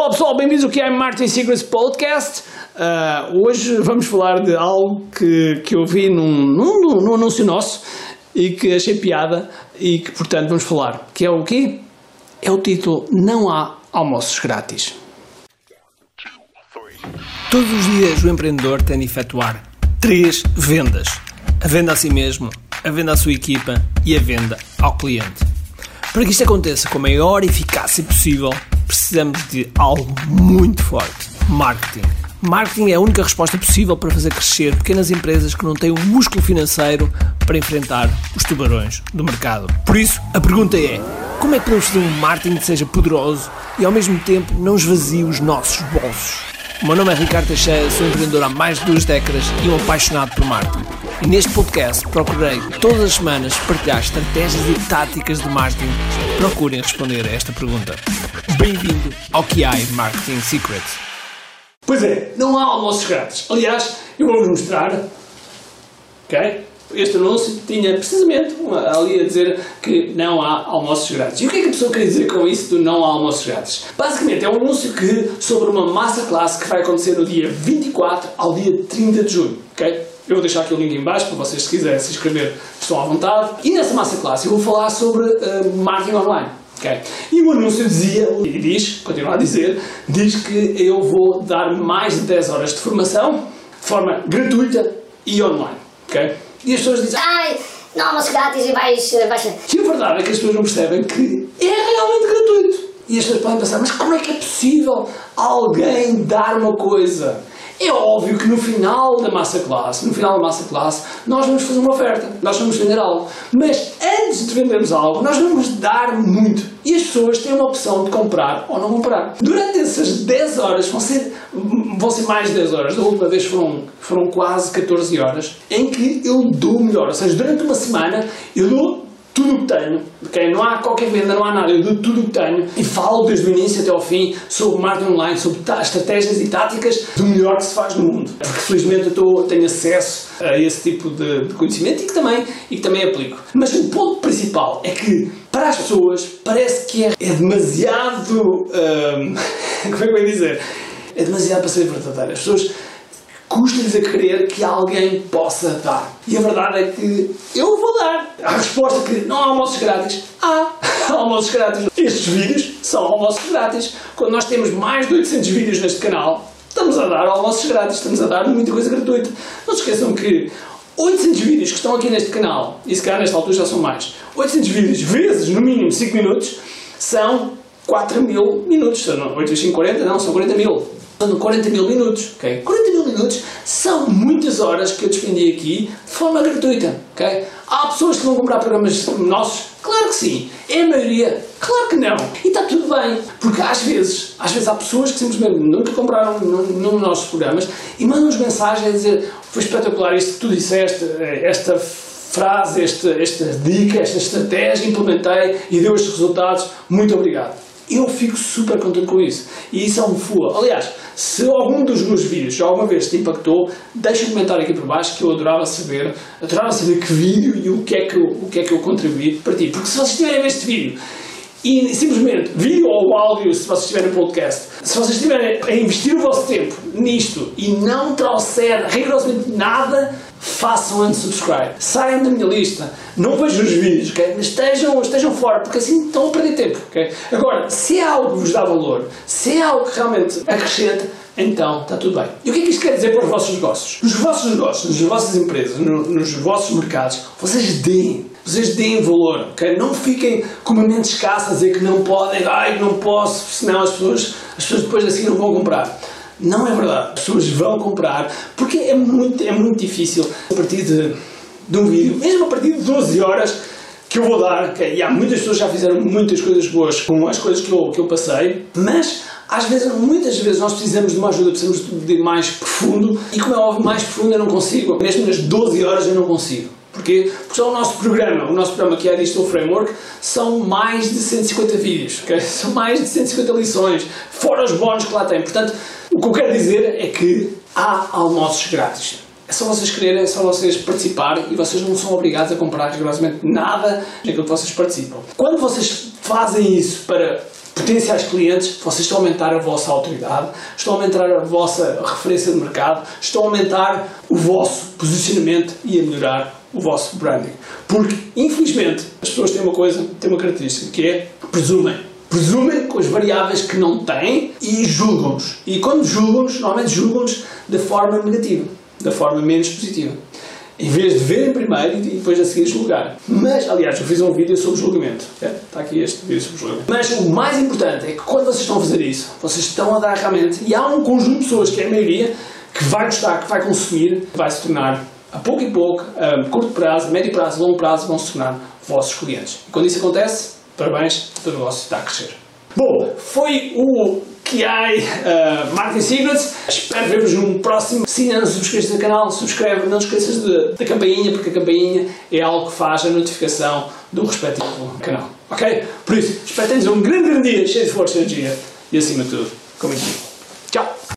Olá pessoal, bem-vindos ao que é Marketing Secrets Podcast. Hoje vamos falar de algo que eu vi num anúncio nosso e que achei piada e que, portanto, vamos falar. Que é o quê? É o título Não há almoços grátis. Todos os dias o empreendedor tem de efetuar 3 vendas. A venda a si mesmo, a venda à sua equipa e a venda ao cliente. Para que isto aconteça com a maior eficácia possível, precisamos de algo muito forte: marketing. Marketing é a única resposta possível para fazer crescer pequenas empresas que não têm o músculo financeiro para enfrentar os tubarões do mercado. Por isso, a pergunta é: como é que podemos fazer um marketing que seja poderoso e ao mesmo tempo não esvazie os nossos bolsos? O meu nome é Ricardo Teixeira, sou empreendedor há mais de 2 décadas e um apaixonado por marketing. E neste podcast procurei todas as semanas partilhar estratégias e táticas de marketing que procurem responder a esta pergunta. Bem-vindo ao QI Marketing Secrets. Pois é, não há almoços grátis. Aliás, eu vou-vos mostrar, ok? Este anúncio tinha precisamente ali a dizer que não há almoços grátis. E o que é que a pessoa quer dizer com isso do não há almoços grátis? Basicamente é um anúncio sobre uma masterclass que vai acontecer no dia 24 ao dia 30 de junho, ok? Eu vou deixar aqui o link em baixo para vocês, se quiserem se inscrever, estão à vontade. E nessa masterclass eu vou falar sobre marketing online. Okay. E o anúncio dizia, e continua a dizer, diz que eu vou dar mais de 10 horas de formação de forma gratuita e online. Okay? E as pessoas dizem: ai, não há almoço grátis e vais... E a verdade é que as pessoas não percebem que é realmente gratuito. E as pessoas podem pensar: mas como é que é possível alguém dar uma coisa? É óbvio que no final da masterclass, nós vamos fazer uma oferta, nós vamos vender algo. Mas antes de vendermos algo, nós vamos dar muito. E as pessoas têm uma opção de comprar ou não comprar. Durante essas 10 horas, vão ser mais de 10 horas, da última vez foram quase 14 horas, em que eu dou o melhor. Ou seja, durante uma semana eu dou tudo o que tenho, okay? Não há qualquer venda, não há nada, eu dou tudo o que tenho e falo desde o início até ao fim sobre marketing online, sobre estratégias e táticas do melhor que se faz no mundo. Porque felizmente eu tenho acesso a esse tipo de conhecimento e que também aplico. Mas o ponto principal é que para as pessoas parece que é demasiado, como é que eu ia dizer? É demasiado para ser verdadeiro. As pessoas custa-lhes a crer que alguém possa dar. E a verdade é que eu vou dar. A resposta que não há almoços grátis. Há almoços grátis. Estes vídeos são almoços grátis. Quando nós temos mais de 800 vídeos neste canal, estamos a dar almoços grátis. Estamos a dar muita coisa gratuita. Não se esqueçam que 800 vídeos que estão aqui neste canal, e se calhar nesta altura já são mais, 800 vídeos vezes no mínimo 5 minutos, são 4.000 minutos. São 840, não, são 40.000. São 40.000 minutos, ok? 40.000 minutos são muitas horas que eu despendi aqui de forma gratuita, ok? Há pessoas que vão comprar programas nossos? Claro que sim. É a maioria? Claro que não. E está tudo bem, porque às vezes há pessoas que simplesmente nunca compraram num dos nossos programas e mandam-nos mensagens a dizer: foi espetacular isto que tu disseste, esta frase, esta dica, esta estratégia, implementei e deu estes resultados, muito obrigado. Eu fico super contente com isso. E isso é um FUA. Aliás, se algum dos meus vídeos já alguma vez te impactou, deixa um comentário aqui por baixo que eu adorava saber que vídeo e o que é que eu contribuí para ti. Porque se vocês estiverem a ver este vídeo e simplesmente vídeo ou áudio, se vocês estiverem no podcast, se vocês estiverem a investir o vosso tempo nisto e não trouxer rigorosamente nada, façam unsubscribe, saiam da minha lista, não vejam os vídeos, okay? Mas estejam fora, porque assim estão a perder tempo, okay? Agora, se é algo que vos dá valor, se é algo que realmente acrescenta, então está tudo bem. E o que é que isto quer dizer para os vossos negócios? Nos vossos negócios, nas vossas empresas, nos vossos mercados, vocês deem valor, ok? Não fiquem com uma mente escassa a dizer que não podem, que não posso, senão as pessoas depois assim não vão comprar. Não é verdade. As pessoas vão comprar porque é muito difícil a partir de um vídeo, mesmo a partir de 12 horas que eu vou dar, okay? E há muitas pessoas que já fizeram muitas coisas boas com as coisas que eu passei, mas muitas vezes nós precisamos de uma ajuda, precisamos de mais profundo e, como é óbvio, mais profundo eu não consigo. Mesmo nas 12 horas eu não consigo. Porquê? Porque só o nosso programa que é a Digital Framework, são mais de 150 vídeos, okay? São mais de 150 lições, fora os bónus que lá tem. Portanto, o que eu quero dizer é que há almoços grátis. É só vocês quererem, é só vocês participarem e vocês não são obrigados a comprar rigorosamente nada naquilo que vocês participam. Quando vocês fazem isso para potenciais clientes, vocês estão a aumentar a vossa autoridade, estão a aumentar a vossa referência de mercado, estão a aumentar o vosso posicionamento e a melhorar o vosso branding. Porque, infelizmente, as pessoas têm uma característica, que é presumem com as variáveis que não têm e julgam-nos. E quando julgam-nos, normalmente julgam-nos da forma negativa, da forma menos positiva. Em vez de verem primeiro e depois a seguir julgar. Mas, aliás, eu fiz um vídeo sobre julgamento. Está aqui este vídeo sobre julgamento. Mas o mais importante é que quando vocês estão a fazer isso, vocês estão a dar realmente, e há um conjunto de pessoas, que é a maioria, que vai gostar, que vai consumir, que vai se tornar, a pouco e pouco, a curto prazo, a médio prazo, a longo prazo, vão se tornar vossos clientes. E quando isso acontece, parabéns, o teu negócio está a crescer. Bom, foi o QI Marketing Secrets. Espero ver-vos num próximo. Se ainda não subscreves no canal, subscreve. Não te esqueças da campainha, porque a campainha é algo que faz a notificação do respectivo canal. Ok? Por isso, espero que tenhas um grande dia, cheio de força e energia. E acima de tudo, comente.